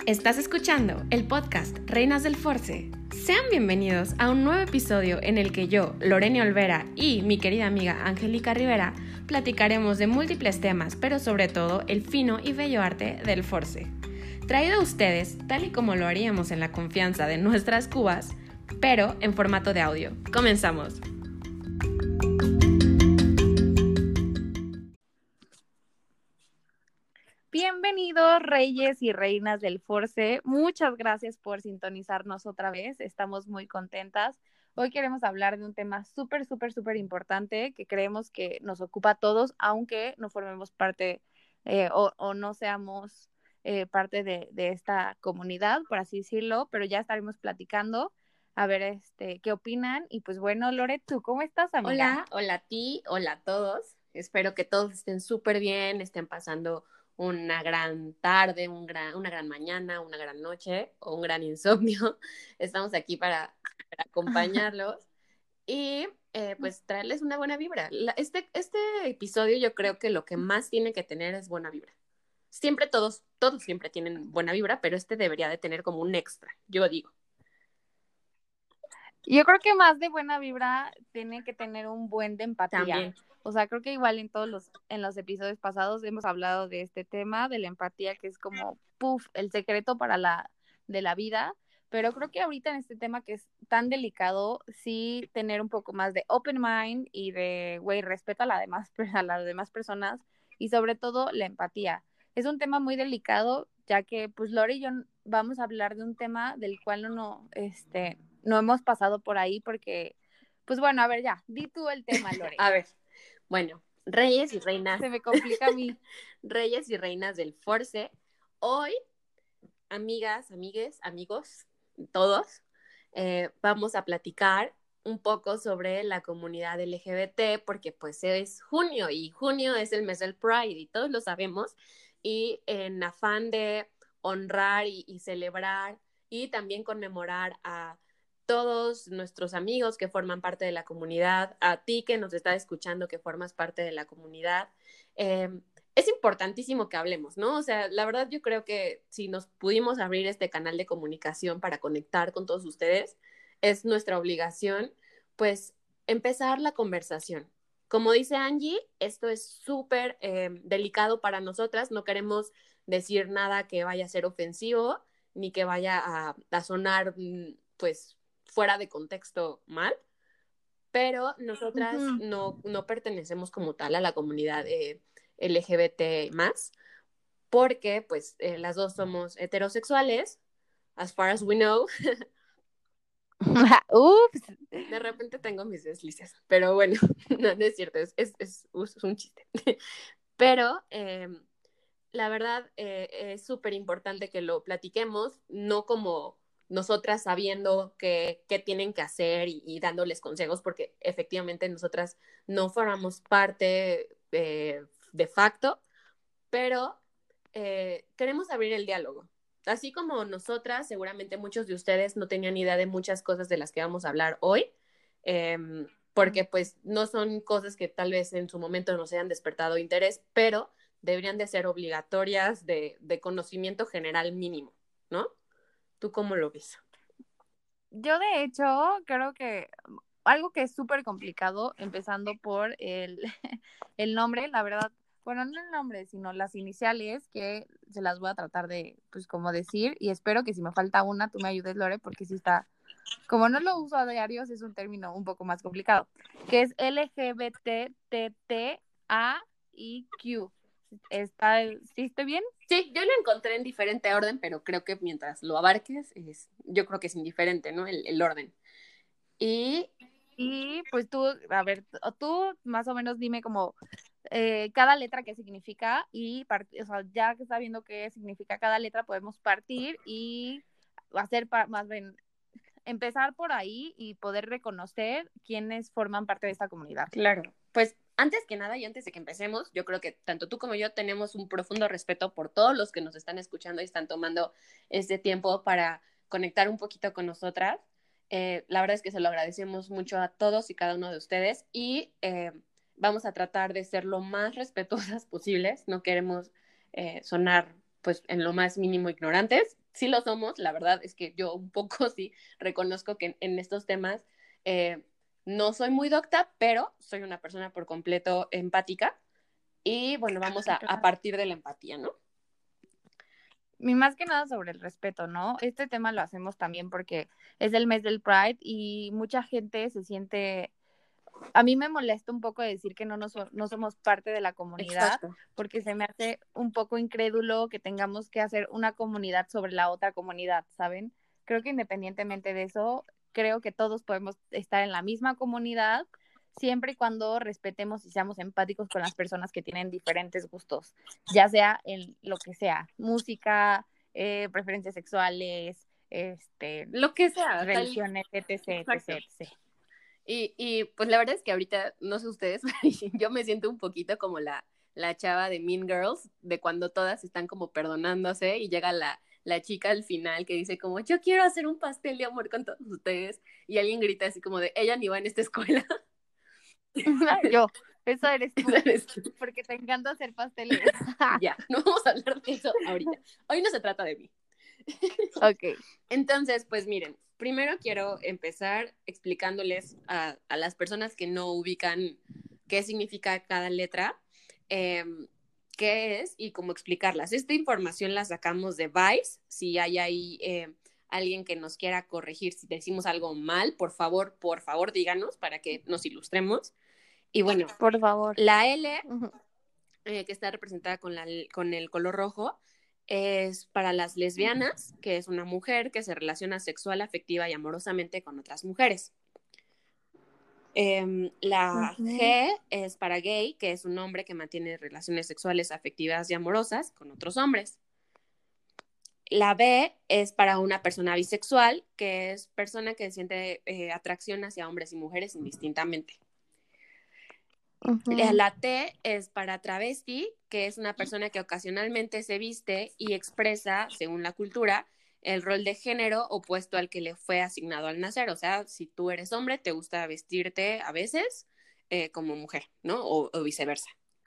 Estás escuchando el podcast Reinas del Force. Sean bienvenidos a un nuevo episodio en el que yo, Lorena Olvera y mi querida amiga Angélica Rivera platicaremos de múltiples temas, pero sobre todo el fino y bello arte del Force. Traído a ustedes tal y como lo haríamos en la confianza de nuestras cubas, pero en formato de audio. ¡Comenzamos! Bienvenidos, reyes y reinas del Force. Muchas gracias por sintonizarnos otra vez. Estamos muy contentas. Hoy queremos hablar de un tema súper importante que creemos que nos ocupa a todos, aunque no formemos parte o no seamos parte de esta comunidad, por así decirlo, pero ya estaremos platicando a ver qué opinan. Y pues bueno, Lore, ¿tú cómo estás, amiga? Hola a ti, hola a todos. Espero que todos estén súper bien, estén pasando una gran tarde, una gran mañana, una gran noche o un gran insomnio. Estamos aquí para acompañarlos y pues traerles una buena vibra. Este episodio yo creo que lo que más tiene que tener es buena vibra. Siempre todos siempre tienen buena vibra, pero este debería de tener como un extra, yo digo. Yo creo que más de buena vibra tiene que tener un buen de empatía. También. O sea, creo que igual en los episodios pasados hemos hablado de este tema, de la empatía, que es como, el secreto de la vida. Pero creo que ahorita en este tema que es tan delicado, sí tener un poco más de open mind y de, güey, respeto a a las demás personas y sobre todo la empatía. Es un tema muy delicado, ya que pues Lore y yo vamos a hablar de un tema del cual no hemos pasado por ahí porque, pues bueno, a ver ya, di tú el tema, Lore. A ver, bueno, reyes y reinas. Se me complica a mí. Reyes y reinas del Force. Hoy, amigas, amigues, amigos, todos, vamos a platicar un poco sobre la comunidad LGBT porque pues es junio y junio es el mes del Pride y todos lo sabemos y en afán de honrar y celebrar y también conmemorar a todos nuestros amigos que forman parte de la comunidad, a ti que nos estás escuchando que formas parte de la comunidad, es importantísimo que hablemos, ¿no? O sea, la verdad yo creo que si nos pudimos abrir este canal de comunicación para conectar con todos ustedes, es nuestra obligación, pues, empezar la conversación. Como dice Angie, esto es súper delicado para nosotras, no queremos decir nada que vaya a ser ofensivo, ni que vaya a sonar, pues, fuera de contexto mal, pero nosotras no pertenecemos como tal a la comunidad LGBT más, porque pues las dos somos heterosexuales, as far as we know. Ups. De repente tengo mis deslices, pero bueno, no es cierto, es un chiste. Pero la verdad es súper importante que lo platiquemos, no como nosotras sabiendo qué tienen que hacer y dándoles consejos, porque efectivamente nosotras no formamos parte de facto, pero queremos abrir el diálogo. Así como nosotras, seguramente muchos de ustedes no tenían idea de muchas cosas de las que vamos a hablar hoy, eh, porque pues no son cosas que tal vez en su momento nos hayan despertado interés, pero deberían de ser obligatorias de conocimiento general mínimo, ¿no? ¿Tú cómo lo ves? Yo de hecho creo que algo que es súper complicado, empezando por el nombre, la verdad, bueno, no el nombre, sino las iniciales, que se las voy a tratar de, pues, como decir, y espero que si me falta una, tú me ayudes, Lore, porque sí está, como no lo uso a diario, es un término un poco más complicado, que es LGBTTAIQ. ¿Sí estoy bien? Sí, yo lo encontré en diferente orden, pero creo que mientras lo abarques, yo creo que es indiferente, ¿no? El orden. Y Y pues tú, a ver, tú más o menos dime como cada letra qué significa y o sea, ya que está viendo qué significa cada letra, podemos partir y hacer más bien empezar por ahí y poder reconocer quiénes forman parte de esta comunidad. claro, pues antes que nada y antes de que empecemos, yo creo que tanto tú como yo tenemos un profundo respeto por todos los que nos están escuchando y están tomando este tiempo para conectar un poquito con nosotras. La verdad es que se lo agradecemos mucho a todos y cada uno de ustedes y vamos a tratar de ser lo más respetuosas posibles. No queremos sonar pues en lo más mínimo ignorantes. Sí lo somos, la verdad es que yo un poco sí reconozco que en estos temas no soy muy docta, pero soy una persona por completo empática y bueno, vamos a partir de la empatía, ¿no? Y más que nada sobre el respeto, ¿no? Este tema lo hacemos también porque es el mes del Pride y mucha gente se siente, a mí me molesta un poco decir que no somos parte de la comunidad, Exacto. porque se me hace un poco incrédulo que tengamos que hacer una comunidad sobre la otra comunidad, ¿saben? Creo que independientemente de eso, creo que todos podemos estar en la misma comunidad siempre y cuando respetemos y seamos empáticos con las personas que tienen diferentes gustos, ya sea en lo que sea, música, preferencias sexuales, Lo que sea, religiones, etc, exacto. etc, etc. Y pues la verdad es que ahorita, no sé ustedes, yo me siento un poquito como la chava de Mean Girls, de cuando todas están como perdonándose y llega la chica al final que dice como, yo quiero hacer un pastel de amor con todos ustedes, y alguien grita así como de, ella ni va en esta escuela. Yo, eso eres tú, ¿Sabes? porque te encanta hacer pasteles. Ya, no vamos a hablar de eso ahorita. Hoy no se trata de mí. Ok. Entonces, pues miren, primero quiero empezar explicándoles a las personas que no ubican qué significa cada letra, eh, qué es y cómo explicarlas. Esta información la sacamos de Vice. Si hay ahí alguien que nos quiera corregir, si decimos algo mal, por favor, díganos para que nos ilustremos. Y bueno, Por favor. la L, Ujú. que está representada con el color rojo, es para las lesbianas, que es una mujer que se relaciona sexual, afectiva y amorosamente con otras mujeres. La Ujú. G es para gay, que es un hombre que mantiene relaciones sexuales, afectivas y amorosas con otros hombres. La B es para una persona bisexual, que es persona que siente atracción hacia hombres y mujeres indistintamente. Ujú. La T es para travesti, que es una persona que ocasionalmente se viste y expresa, según la cultura, el rol de género opuesto al que le fue asignado al nacer. O sea, si tú eres hombre, te gusta vestirte a veces como mujer, ¿no? O viceversa.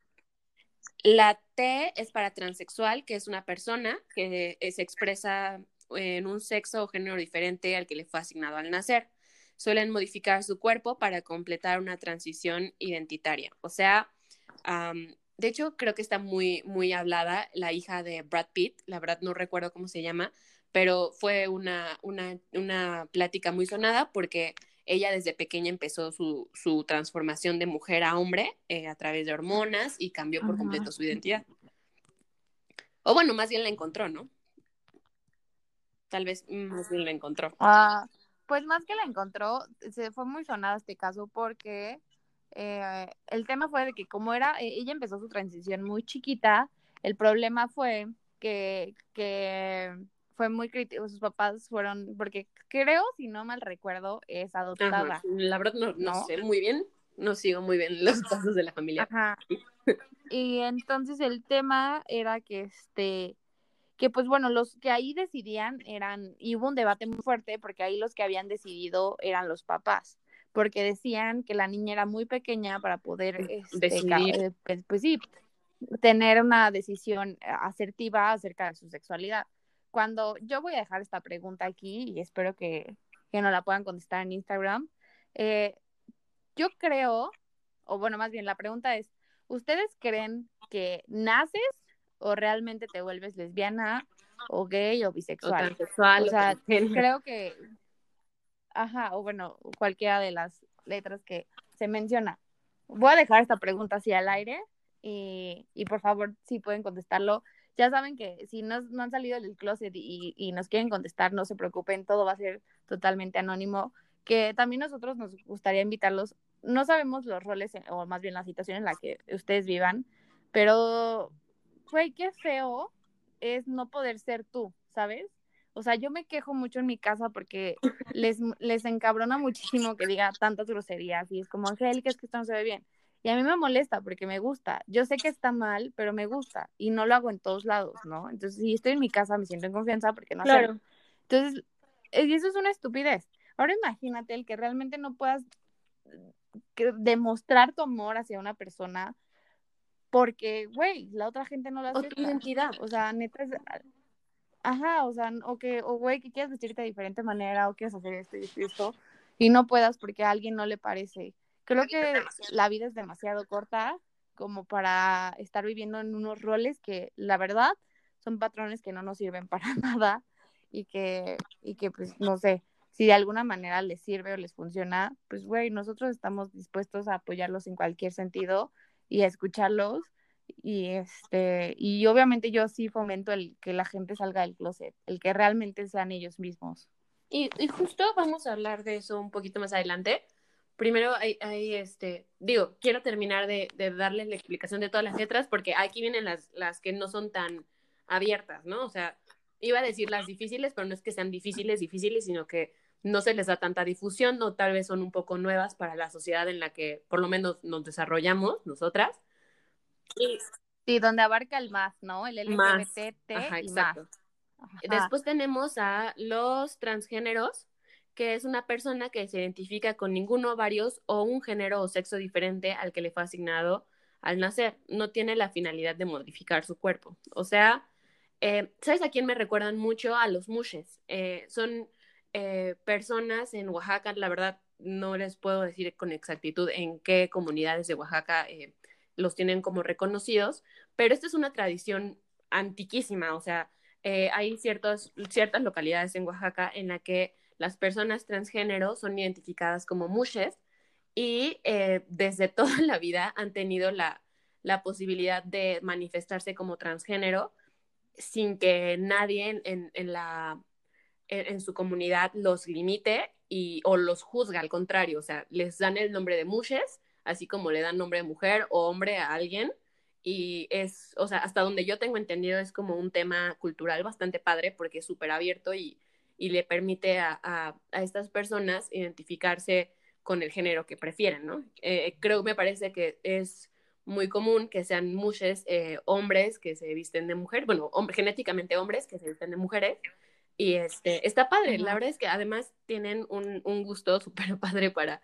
La T es para transexual, que es una persona que se expresa en un sexo o género diferente al que le fue asignado al nacer. Suelen modificar su cuerpo para completar una transición identitaria. O sea, de hecho, creo que está muy, muy hablada la hija de Brad Pitt, la verdad no recuerdo cómo se llama, pero fue una plática muy sonada porque ella desde pequeña empezó su transformación de mujer a hombre a través de hormonas y cambió por Ujú. completo su identidad. O bueno, más bien la encontró, ¿no? Tal vez más bien la encontró. Ah, pues más que la encontró, se fue muy sonado este caso porque el tema fue de que como era, ella empezó su transición muy chiquita, el problema fue que fue muy crítico, sus papás fueron, porque creo, si no mal recuerdo, es Ajá, adoptada, la verdad no ¿no? sé muy bien, no sigo muy bien los pasos de la familia. Ajá. Y entonces el tema era que pues bueno, los que ahí decidían eran, y hubo un debate muy fuerte porque ahí los que habían decidido eran los papás, porque decían que la niña era muy pequeña para poder, Decidir. pues sí, tener una decisión asertiva acerca de su sexualidad. Cuando yo voy a dejar esta pregunta aquí y espero que nos la puedan contestar en Instagram, eh, yo creo, o bueno, más bien la pregunta es, ¿ustedes creen que naces o realmente te vuelves lesbiana o gay o O bisexual? transexual O o sea, transgénero. creo que, ajá, o bueno, cualquiera de las letras que se menciona. Voy a dejar esta pregunta así al aire y por favor, si pueden contestarlo. Ya saben que si no han salido del closet y nos quieren contestar, no se preocupen, todo va a ser totalmente anónimo. Que también nosotros nos gustaría invitarlos. No sabemos los roles o más bien la situación en la que ustedes vivan, pero, güey, qué feo es no poder ser tú, ¿sabes? O sea, yo me quejo mucho en mi casa porque les encabrona muchísimo que diga tantas groserías y es como, Angélica, es que esto no se ve bien. Y a mí me molesta porque me gusta. Yo sé que está mal, pero me gusta y no lo hago en todos lados, ¿no? Entonces, si estoy en mi casa, me siento en confianza porque no hacerlo. Claro. Entonces, y eso es una estupidez. Ahora imagínate el que realmente no puedas demostrar tu amor hacia una persona porque, güey, la otra gente no lo O tu acepta. identidad. O sea, neta es, ajá, o sea, güey, que quieras vestirte de diferente manera, o quieres hacer esto y esto y esto, y no puedas porque a alguien no le parece. Creo que la vida es demasiado corta como para estar viviendo en unos roles que, la verdad, son patrones que no nos sirven para nada y que pues, no sé, si de alguna manera les sirve o les funciona, pues, güey, nosotros estamos dispuestos a apoyarlos en cualquier sentido y a escucharlos y obviamente yo sí fomento el que la gente salga del closet, el que realmente sean ellos mismos. Y justo vamos a hablar de eso un poquito más adelante. Primero, digo, quiero terminar de darles la explicación de todas las letras, porque aquí vienen las que no son tan abiertas, ¿no? O sea, iba a decir las difíciles, pero no es que sean difíciles, sino que no se les da tanta difusión, o tal vez son un poco nuevas para la sociedad en la que por lo menos nos desarrollamos nosotras. Y Sí, donde abarca el más, ¿no? El más, LGBTT ajá, y más. exacto. Ajá. Después tenemos a los transgéneros, que es una persona que se identifica con ninguno, varios o un género o sexo diferente al que le fue asignado al nacer. No tiene la finalidad de modificar su cuerpo. O sea, ¿sabes a quién me recuerdan mucho? A los mushes. Son personas en Oaxaca, la verdad no les puedo decir con exactitud en qué comunidades de Oaxaca los tienen como reconocidos, pero esta es una tradición antiquísima, o sea, hay ciertas localidades en Oaxaca en la que las personas transgénero son identificadas como mushes y desde toda la vida han tenido la posibilidad de manifestarse como transgénero sin que nadie en su comunidad los limite o los juzga, al contrario, o sea, les dan el nombre de mushes, así como le dan nombre de mujer o hombre a alguien, y es, o sea, hasta donde yo tengo entendido es como un tema cultural bastante padre porque es súper abierto y le permite a estas personas identificarse con el género que prefieren, ¿no? Creo, me parece que es muy común que sean mushes hombres que se visten de mujer, bueno, genéticamente hombres que se visten de mujeres, y está padre, la Ajá. verdad es que además tienen un gusto súper padre para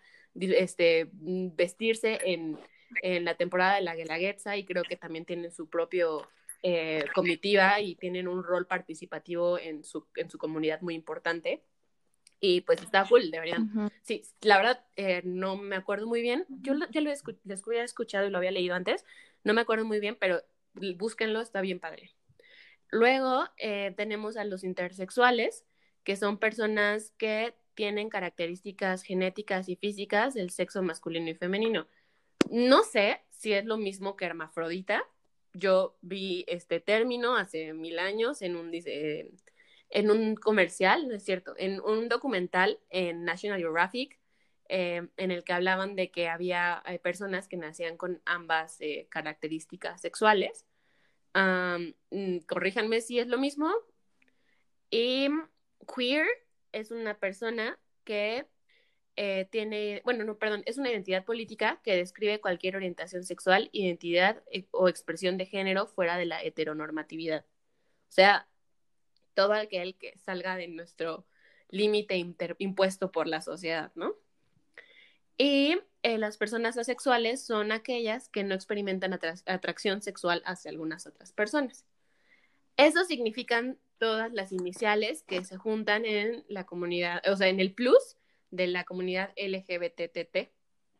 vestirse en la temporada de la Guelaguetza y creo que también tienen su propio comitiva y tienen un rol participativo en su comunidad muy importante. Y pues está cool, deberían. Ujú. Sí, la verdad no me acuerdo muy bien. Yo ya lo había escuchado y lo había leído antes. No me acuerdo muy bien, pero búsquenlo, está bien padre. Luego tenemos a los intersexuales, que son personas que tienen características genéticas y físicas del sexo masculino y femenino. No sé si es lo mismo que hermafrodita. Yo vi este término hace 1000 años en un comercial, no es cierto, en un documental en National Geographic, en el que hablaban de que había personas que nacían con ambas características sexuales. Corríjanme si es lo mismo. Y queer es una persona que tiene, bueno, no, perdón, es una identidad política que describe cualquier orientación sexual, identidad o expresión de género fuera de la heteronormatividad. O sea, todo aquel que salga de nuestro límite impuesto por la sociedad, ¿no? Y las personas asexuales son aquellas que no experimentan atracción sexual hacia algunas otras personas. Eso significan todas las iniciales que se juntan en la comunidad, o sea, en el plus de la comunidad LGBTT.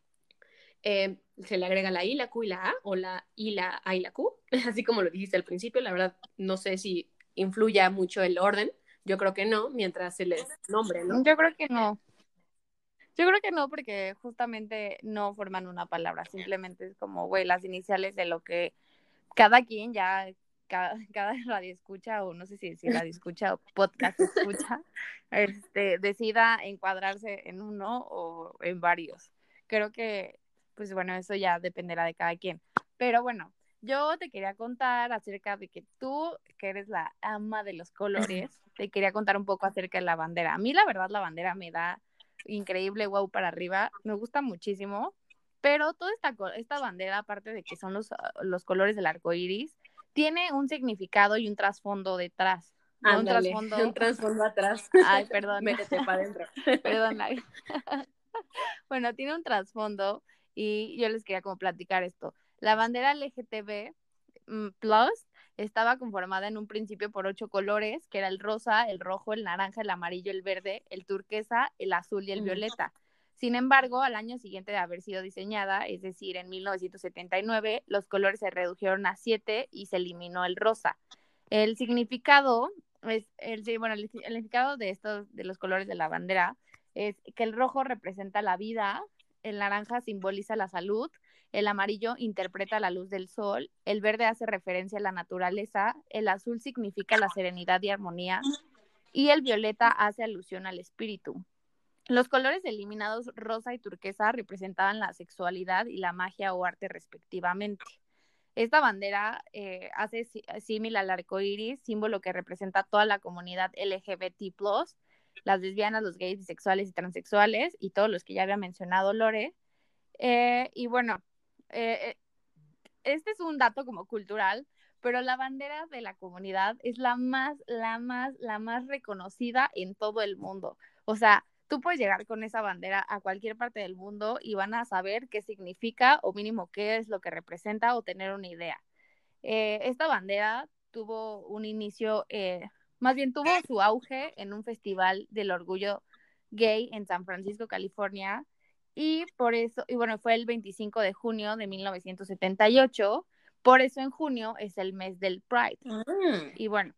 Se le agrega la I, la Q y la A, o la I, la A y la Q, así como lo dijiste al principio. La verdad, no sé si influya mucho el orden. Yo creo que no, mientras se les nombre, ¿no? Yo creo que no. Yo creo que no, porque justamente no forman una palabra, simplemente es como, güey, las iniciales de lo que cada quien ya, cada radio escucha, o no sé si decir radio escucha o podcast escucha, decida encuadrarse en uno o en varios. Creo que, pues bueno, eso ya dependerá de cada quien. Pero bueno, yo te quería contar acerca de que tú, que eres la ama de los colores, te quería contar un poco acerca de la bandera. A mí, la verdad, la bandera me da increíble wow para arriba, me gusta muchísimo, pero toda esta bandera, aparte de que son los colores del arco iris, tiene un significado y un trasfondo detrás. No un Ándale, un trasfondo, trasfondo atrás. ay, perdón, Métete para adentro. perdón. Bueno, tiene un trasfondo y yo les quería como platicar esto. La bandera LGTB Plus estaba conformada en un principio por 8 colores, que era el rosa, el rojo, el naranja, el amarillo, el verde, el turquesa, el azul y el violeta. Sin embargo, al año siguiente de haber sido diseñada, es decir, en 1979, los colores se redujeron a 7 y se eliminó el rosa. El significado el significado de los colores de la bandera es que el rojo representa la vida, el naranja simboliza la salud, el amarillo interpreta la luz del sol, el verde hace referencia a la naturaleza, el azul significa la serenidad y armonía, y el violeta hace alusión al espíritu. Los colores eliminados rosa y turquesa representaban la sexualidad y la magia o arte respectivamente. Esta bandera hace símil al arco iris, símbolo que representa toda la comunidad LGBT+, las lesbianas, los gays, bisexuales y transexuales, y todos los que ya había mencionado Lore. Y bueno, este es un dato como cultural, pero la bandera de la comunidad es la más reconocida en todo el mundo. O sea, tú puedes llegar con esa bandera a cualquier parte del mundo y van a saber qué significa o mínimo qué es lo que representa o tener una idea. Esta bandera tuvo un inicio, más bien tuvo su auge en un festival del orgullo gay en San Francisco, California, y por eso, y bueno, fue el 25 de junio de 1978, por eso en junio es el mes del Pride. Y bueno,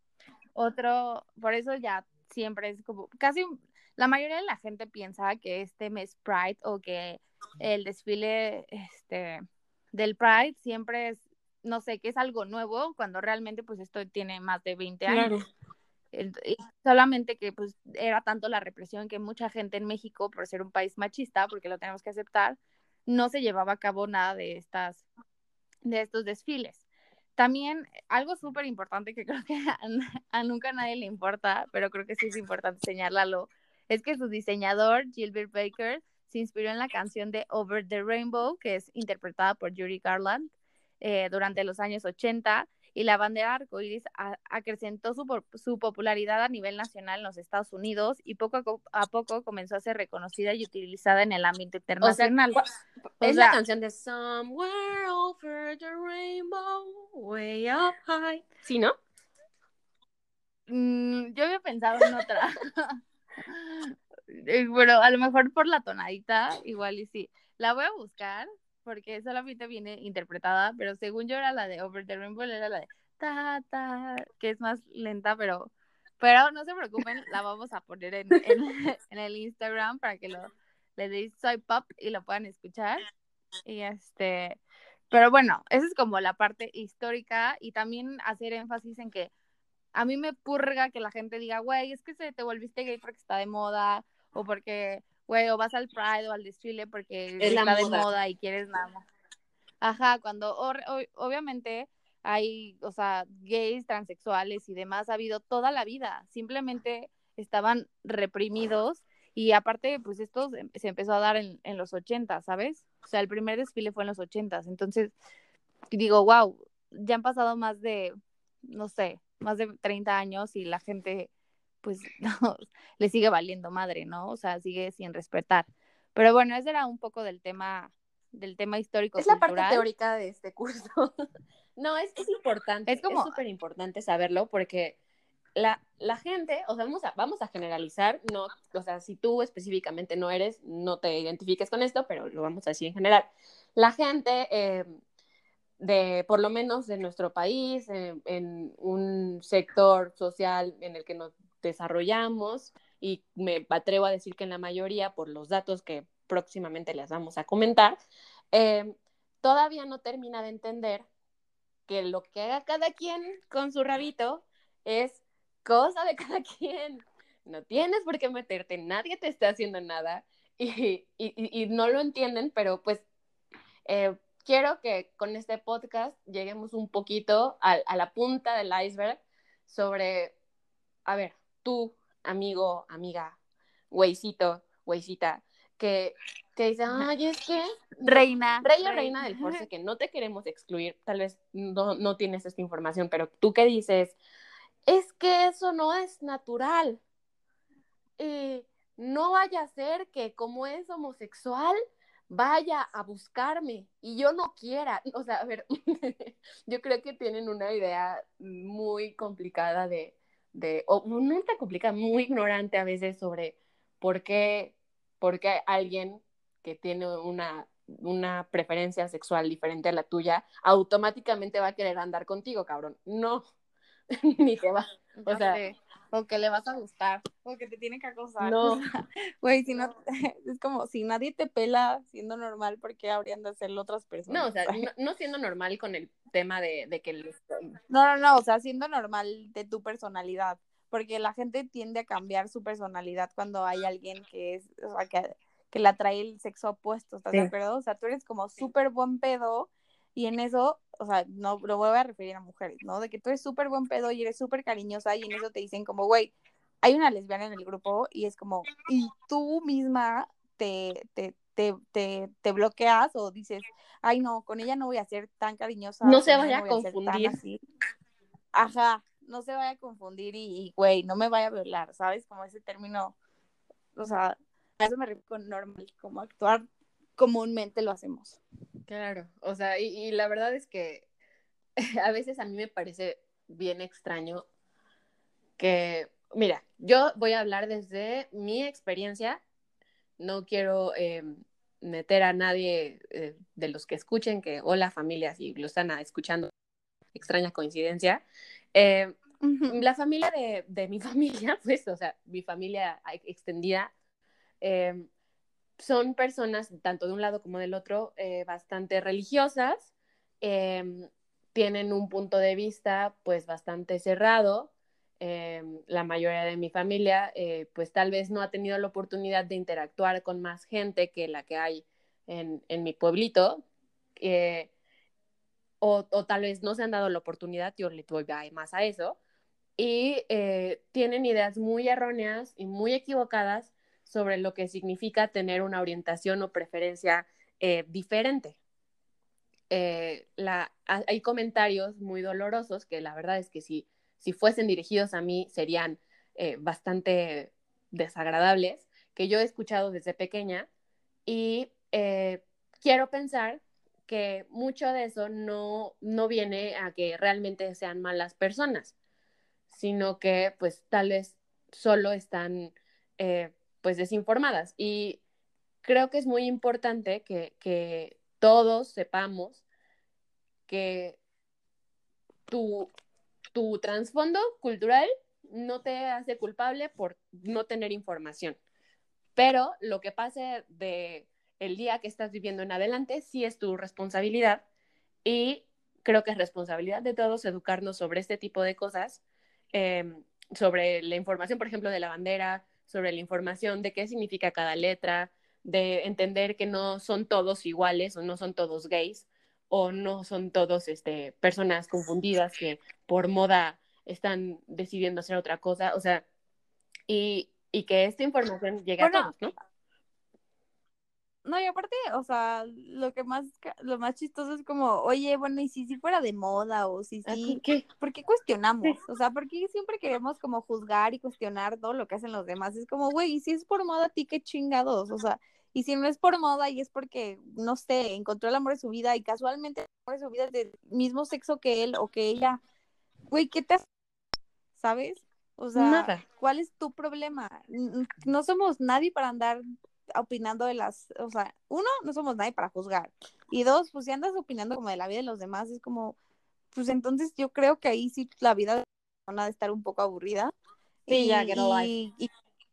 por eso ya siempre es como, casi la mayoría de la gente piensa que este mes Pride o que el desfile del Pride siempre es, no sé, que es algo nuevo, cuando realmente pues esto tiene más de 20 Claro. años. Y solamente que pues era tanto la represión que mucha gente en México, por ser un país machista, porque lo tenemos que aceptar, no se llevaba a cabo nada de estos desfiles. También algo súper importante que creo que a nunca a nadie le importa, pero creo que sí es importante señalarlo, es que su diseñador, Gilbert Baker, se inspiró en la canción de Over the Rainbow, que es interpretada por Judy Garland durante los años 80, y la bandera arcoíris acrecentó su popularidad a nivel nacional en los Estados Unidos y poco a poco comenzó a ser reconocida y utilizada en el ámbito internacional. Es la canción de Somewhere Over the Rainbow, Way Up High. ¿Sí, no? Yo había pensado en otra. Bueno, a lo mejor por la tonadita, igual y sí. La voy a buscar porque solamente viene interpretada, pero según yo era la de Over the Rainbow, era la de ta, ta, que es más lenta, pero no se preocupen, la vamos a poner en el Instagram para que le deis swipe up y lo puedan escuchar. Y pero bueno, esa es como la parte histórica y también hacer énfasis en que a mí me purga que la gente diga, güey, es que te volviste gay porque está de moda, o porque, güey, o vas al Pride o al desfile porque Es está la de moda. moda y quieres nada más. Ajá, cuando obviamente hay, o sea, gays, transexuales y demás ha habido toda la vida, simplemente estaban reprimidos y aparte, pues esto se empezó a dar en los 80, ¿sabes? O sea, el primer desfile fue en los 80, entonces digo, wow, ya han pasado más de, no sé, más de 30 años y la gente, pues, no, le sigue valiendo madre, ¿no? O sea, sigue sin respetar. Pero bueno, ese era un poco del tema histórico Es la parte cultural. teórica de este curso. No, es importante, es súper importante saberlo porque la gente, o sea, vamos a generalizar, no, o sea, si tú específicamente no eres, no te identifiques con esto, pero lo vamos a decir en general. La gente por lo menos de nuestro país, en un sector social en el que nos desarrollamos, y me atrevo a decir que en la mayoría, por los datos que próximamente les vamos a comentar, eh, todavía no termina de entender que lo que haga cada quien con su rabito es cosa de cada quien. No tienes por qué meterte, nadie te está haciendo nada y no lo entienden, pero pues quiero que con este podcast lleguemos un poquito a la punta del iceberg sobre, a ver, tú, amigo, amiga, güeycito, güeycita, que dice, ay, es que Reina. rey o reina del force, que no te queremos excluir, tal vez no tienes esta información, pero tú que dices, es que eso no es natural. No vaya a ser que como es homosexual, vaya a buscarme y yo no quiera. O sea, a ver, yo creo que tienen una idea muy complicada o no tan complicada, muy ignorante a veces sobre por qué, por qué alguien que tiene una preferencia sexual diferente a la tuya automáticamente va a querer andar contigo, cabrón. No, ni te va. O sea, o que le vas a gustar, o que te tiene que acosar. no. O sea, güey, si no, es como si nadie te pela siendo normal, ¿por qué habrían de hacerlo otras No, personas? o sea, no siendo normal con el tema de que No, o sea, siendo normal de tu personalidad, porque la gente tiende a cambiar su personalidad cuando hay alguien que es, o sea, que le atrae el sexo opuesto, ¿estás de sí. acuerdo? O sea, tú eres como súper buen pedo y en eso, o sea, no lo voy a referir a mujeres, ¿no? De que tú eres súper buen pedo y eres súper cariñosa y en eso te dicen como, güey, hay una lesbiana en el grupo y es como, y tú misma te bloqueas o dices, ay, no, con ella no voy a ser tan cariñosa No o se con ella vaya no a voy a ser tan confundir. así. Ajá, no se vaya a confundir güey, no me vaya a violar, ¿sabes? Como ese término, o sea, a eso me refiero con normal, como actuar comúnmente lo hacemos. Claro, o sea, y la verdad es que a veces a mí me parece bien extraño que, mira, yo voy a hablar desde mi experiencia, no quiero meter a nadie de los que escuchen, que hola familia, si lo están escuchando, extraña coincidencia. La familia de mi familia, pues, o sea, mi familia extendida, eh, son personas, tanto de un lado como del otro, bastante religiosas, eh, tienen un punto de vista pues bastante cerrado. La mayoría de mi familia pues tal vez no ha tenido la oportunidad de interactuar con más gente que la que hay en mi pueblito, eh, o tal vez no se han dado la oportunidad, yo le doy más a eso, y tienen ideas muy erróneas y muy equivocadas sobre lo que significa tener una orientación o preferencia diferente. Hay comentarios muy dolorosos que la verdad es que si fuesen dirigidos a mí serían bastante desagradables, que yo he escuchado desde pequeña y quiero pensar que mucho de eso no viene a que realmente sean malas personas, sino que pues tal vez solo están pues desinformadas. Y creo que es muy importante que todos sepamos que tu, tu trasfondo cultural no te hace culpable por no tener información. Pero lo que pase de el día que estás viviendo en adelante sí es tu responsabilidad y creo que es responsabilidad de todos educarnos sobre este tipo de cosas, eh, sobre la información, por ejemplo, de la bandera, sobre la información de qué significa cada letra, de entender que no son todos iguales o no son todos gays o no son todos personas confundidas que por moda están decidiendo hacer otra cosa, o sea, y que esta información llegue a Bueno, todos, ¿no? no, y aparte, o sea, lo más chistoso es como, oye, bueno, y si fuera de moda, o si sí, ¿Qué? ¿por qué cuestionamos? O sea, ¿por qué siempre queremos como juzgar y cuestionar todo lo que hacen los demás? Es como, güey, y si es por moda, a ti qué chingados, o sea, y si no es por moda y es porque, no sé, encontró el amor de su vida y casualmente el amor de su vida es del mismo sexo que él o que ella, güey, ¿qué te hace? ¿Sabes? O sea, Nada. ¿cuál es tu problema? No somos nadie para andar opinando de o sea, uno, no somos nadie para juzgar. Y dos, pues si andas opinando como de la vida de los demás, es como, pues entonces yo creo que ahí sí la vida de la persona ha de estar un poco aburrida. Sí, ya, get a life. Y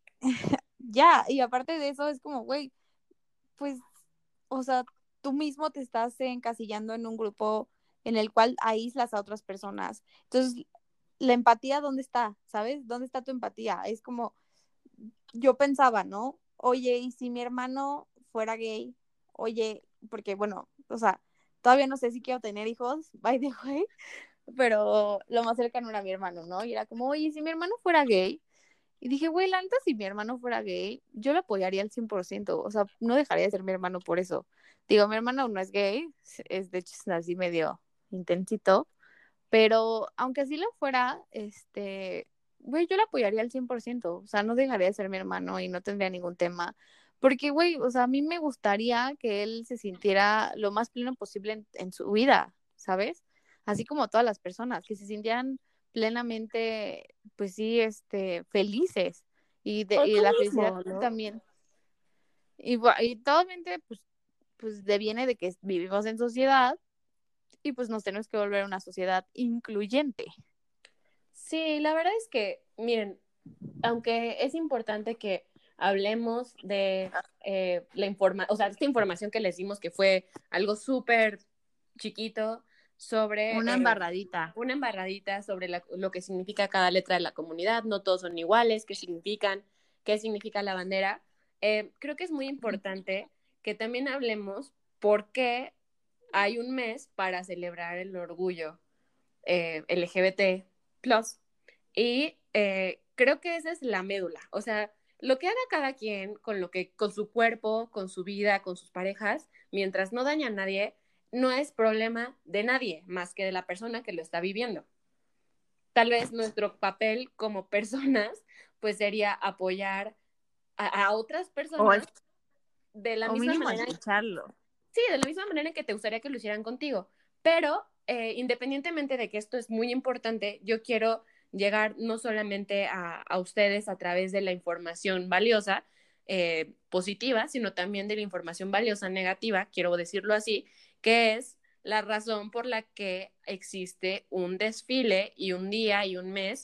ya, y aparte de eso es como, güey, pues, o sea, tú mismo te estás encasillando en un grupo en el cual aíslas a otras personas. Entonces, la empatía, ¿dónde está? ¿Sabes? ¿Dónde está tu empatía? Es como, yo pensaba, ¿no? Oye, ¿y si mi hermano fuera gay? Oye, porque bueno, o sea, todavía no sé si quiero tener hijos, by the way, pero lo más cercano era mi hermano, ¿no? Y era como, oye, ¿y si mi hermano fuera gay? Y dije, güey, la neta, si mi hermano fuera gay, yo lo apoyaría al 100%, o sea, no dejaría de ser mi hermano por eso. Digo, mi hermano no es gay, de hecho es así medio intensito, pero aunque así lo fuera, güey, yo lo apoyaría al 100%, o sea, no dejaría de ser mi hermano y no tendría ningún tema, Porque, güey, o sea, a mí me gustaría que él se sintiera lo más pleno posible en su vida, ¿sabes? Así como todas las personas, que se sintieran plenamente, pues sí, felices. O Y tú la felicidad mismo, ¿no? también. Y totalmente, pues deviene de que vivimos en sociedad y pues nos tenemos que volver una sociedad incluyente. Sí, la verdad es que, miren, aunque es importante que hablemos de o sea, esta información que les dimos que fue algo súper chiquito sobre Una embarradita. una embarradita sobre lo que significa cada letra de la comunidad, no todos son iguales, qué significa la bandera. Creo que es muy importante que también hablemos por qué hay un mes para celebrar el orgullo LGBT plus. Y creo que esa es la médula. O sea, lo que haga cada quien con su cuerpo, con su vida, con sus parejas, mientras no daña a nadie, no es problema de nadie más que de la persona que lo está viviendo. Tal vez nuestro papel como personas, pues sería apoyar a otras O, personas de la o misma mínimo manera. escucharlo. Sí, de la misma manera en que te gustaría que lo hicieran contigo. Pero independientemente de que esto es muy importante, yo quiero llegar no solamente a ustedes a través de la información valiosa, positiva, sino también de la información valiosa negativa, quiero decirlo así, que es la razón por la que existe un desfile y un día y un mes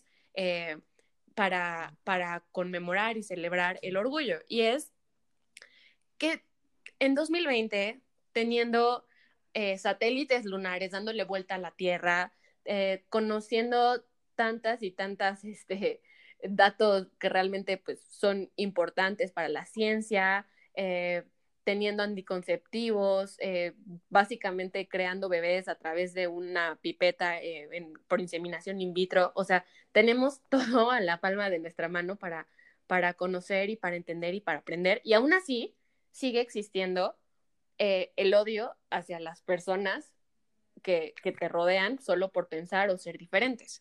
para conmemorar y celebrar el orgullo. Y es que en 2020, teniendo satélites lunares dándole vuelta a la Tierra, conociendo tantas y tantas datos que realmente pues, son importantes para la ciencia, teniendo anticonceptivos, básicamente creando bebés a través de una pipeta por inseminación in vitro. O sea, tenemos todo a la palma de nuestra mano para conocer y para entender y para aprender. Y aún así, sigue existiendo el odio hacia las personas que te rodean solo por pensar o ser diferentes.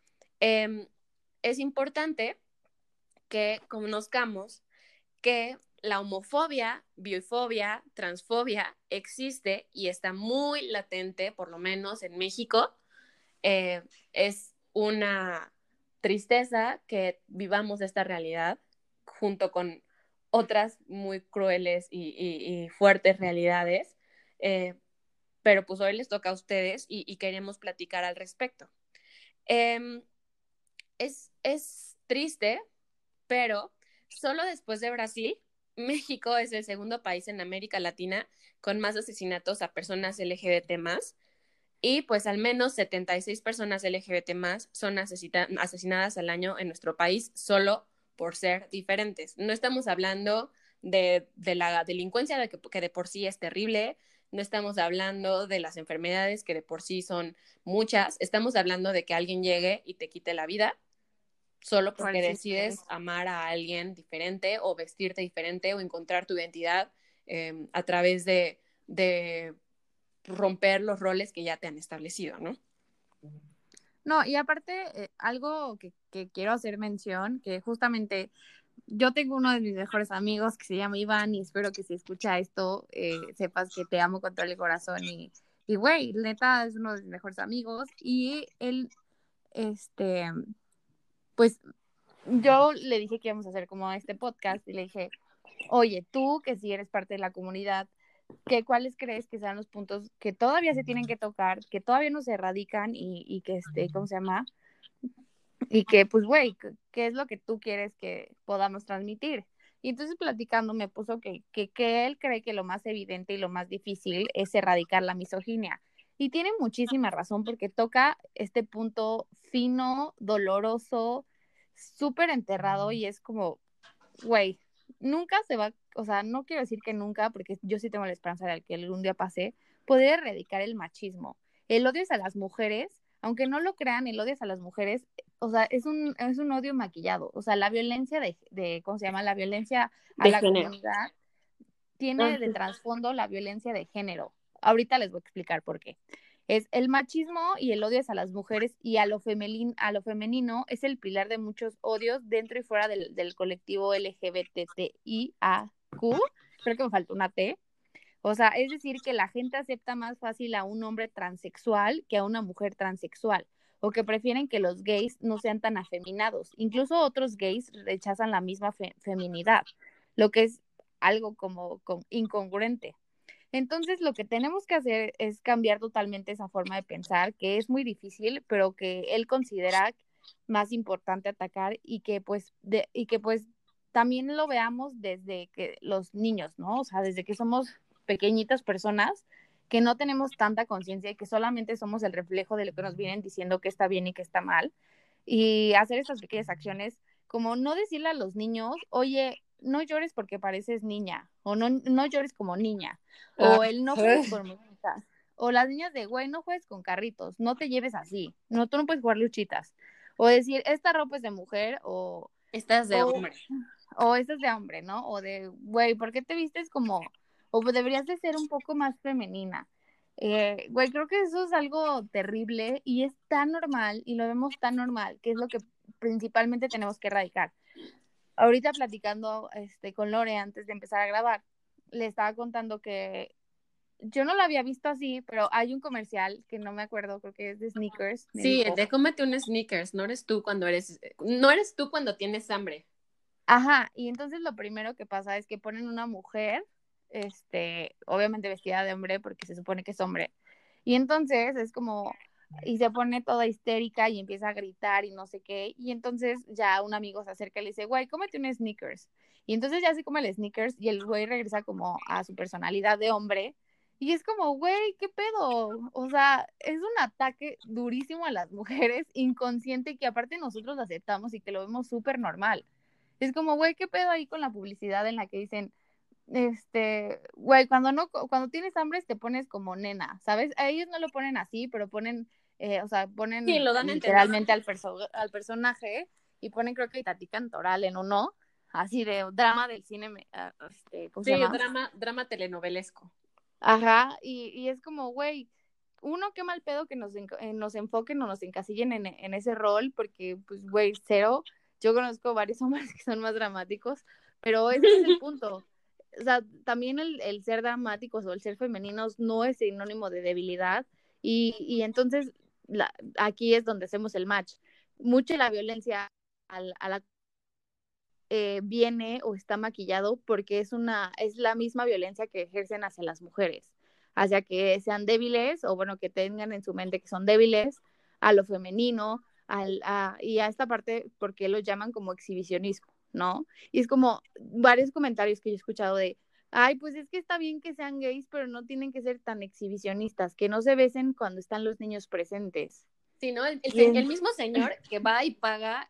Es importante que conozcamos que la homofobia, bifobia, transfobia existe y está muy latente, por lo menos en México. Es una tristeza que vivamos esta realidad junto con otras muy crueles y fuertes realidades, eh, pero pues hoy les toca a ustedes y queremos platicar al respecto. Eh, es triste, pero solo después de Brasil, México es el segundo país en América Latina con más asesinatos a personas LGBT más. Y pues al menos 76 personas LGBT más son asesinadas al año en nuestro país solo por ser diferentes. No estamos hablando de la delincuencia que de por sí es terrible, no estamos hablando de las enfermedades que de por sí son muchas, estamos hablando de que alguien llegue y te quite la vida solo Por el porque simple decides hecho. amar a alguien diferente o vestirte diferente o encontrar tu identidad a través de romper los roles que ya te han establecido, ¿no? No, y aparte, algo que quiero hacer mención, que justamente yo tengo uno de mis mejores amigos que se llama Iván y espero que si escucha esto, sepas que te amo con todo el corazón y güey, neta es uno de mis mejores amigos y él, este, pues yo le dije que íbamos a hacer como este podcast y le dije, oye, tú que si eres parte de la comunidad, ¿cuáles crees que sean los puntos que todavía se tienen que tocar, que todavía no se erradican y que, ¿cómo se llama? Y que, pues, güey, ¿qué es lo que tú quieres que podamos transmitir? Y entonces platicando me puso que él cree que lo más evidente y lo más difícil es erradicar la misoginia. Y tiene muchísima razón porque toca este punto fino, doloroso, súper enterrado y es como, güey, nunca se va, o sea, no quiero decir que nunca, porque yo sí tengo la esperanza de que algún día pase, poder erradicar el machismo. El odio a las mujeres, aunque no lo crean, el odio a las mujeres, o sea, es un odio maquillado. O sea, la violencia ¿cómo se llama? La violencia a De la género. comunidad Ah, tiene de sí. trasfondo la violencia de género. Ahorita les voy a explicar por qué. Es el machismo y el odio a las mujeres y a lo femenino es el pilar de muchos odios dentro y fuera del colectivo LGBTIA+. Q, creo que me faltó una T. O sea, es decir, que la gente acepta más fácil a un hombre transexual que a una mujer transexual, o que prefieren que los gays no sean tan afeminados. Incluso otros gays rechazan la misma feminidad, lo que es algo como incongruente. Entonces, lo que tenemos que hacer es cambiar totalmente esa forma de pensar, que es muy difícil, pero que él considera más importante atacar y que pues también lo veamos desde que los niños, ¿no? O sea, desde que somos pequeñitas personas que no tenemos tanta conciencia y que solamente somos el reflejo de lo que nos vienen diciendo que está bien y que está mal. Y hacer estas pequeñas acciones, como no decirle a los niños, oye, no llores porque pareces niña, o no llores como niña, o el no juegues con muñecas, o las niñas de, güey, no juegues con carritos, no te lleves así, no, tú no puedes jugar luchitas, o decir, esta ropa es de mujer, Estás de o, hombre. o esta es de hombre, ¿no? O de, güey, ¿por qué te vistes como, o deberías de ser un poco más femenina? Güey, creo que eso es algo terrible y es tan normal y lo vemos tan normal, que es lo que principalmente tenemos que erradicar. Ahorita platicando con Lore antes de empezar a grabar, le estaba contando que yo no lo había visto así, pero hay un comercial que no me acuerdo, creo que es de Sneakers, me Sí, dijo. de cómete un Snickers, no eres tú cuando tienes hambre. Ajá, y entonces lo primero que pasa es que ponen una mujer, obviamente vestida de hombre porque se supone que es hombre. Y entonces es como, y se pone toda histérica y empieza a gritar y no sé qué. Y entonces ya un amigo se acerca y le dice, güey, cómete un Snickers. Y entonces ya se come el Snickers y el güey regresa como a su personalidad de hombre. Y es como, güey, ¿qué pedo? O sea, es un ataque durísimo a las mujeres, inconsciente, y que aparte nosotros lo aceptamos y que lo vemos súper normal. Es como, güey, ¿qué pedo ahí con la publicidad en la que dicen, güey, cuando tienes hambre te pones como nena, ¿sabes? A ellos no lo ponen así, pero ponen, o sea, Sí, ponen lo dan a entender. literalmente al personaje y ponen creo que Tati Cantoral en uno, así de drama del cine, ¿cómo se Sí, llama? drama telenovelesco. Ajá, y es como, güey, uno, qué mal pedo que nos enfoquen o nos encasillen en ese rol, porque, pues, güey, cero. Yo conozco varios hombres que son más dramáticos, pero ese no es el punto. O sea, también el ser dramáticos o el ser femeninos no es sinónimo de debilidad, y entonces aquí es donde hacemos el match. Mucha de la violencia a la viene o está maquillado porque es la misma violencia que ejercen hacia las mujeres, hacia que sean débiles o bueno, que tengan en su mente que son débiles a lo femenino, y a esta parte porque lo llaman como exhibicionismo, ¿no? Y es como varios comentarios que yo he escuchado de, ay, pues es que está bien que sean gays, pero no tienen que ser tan exhibicionistas, que no se besen cuando están los niños presentes. Sí, ¿no? Y es, El mismo señor que va y paga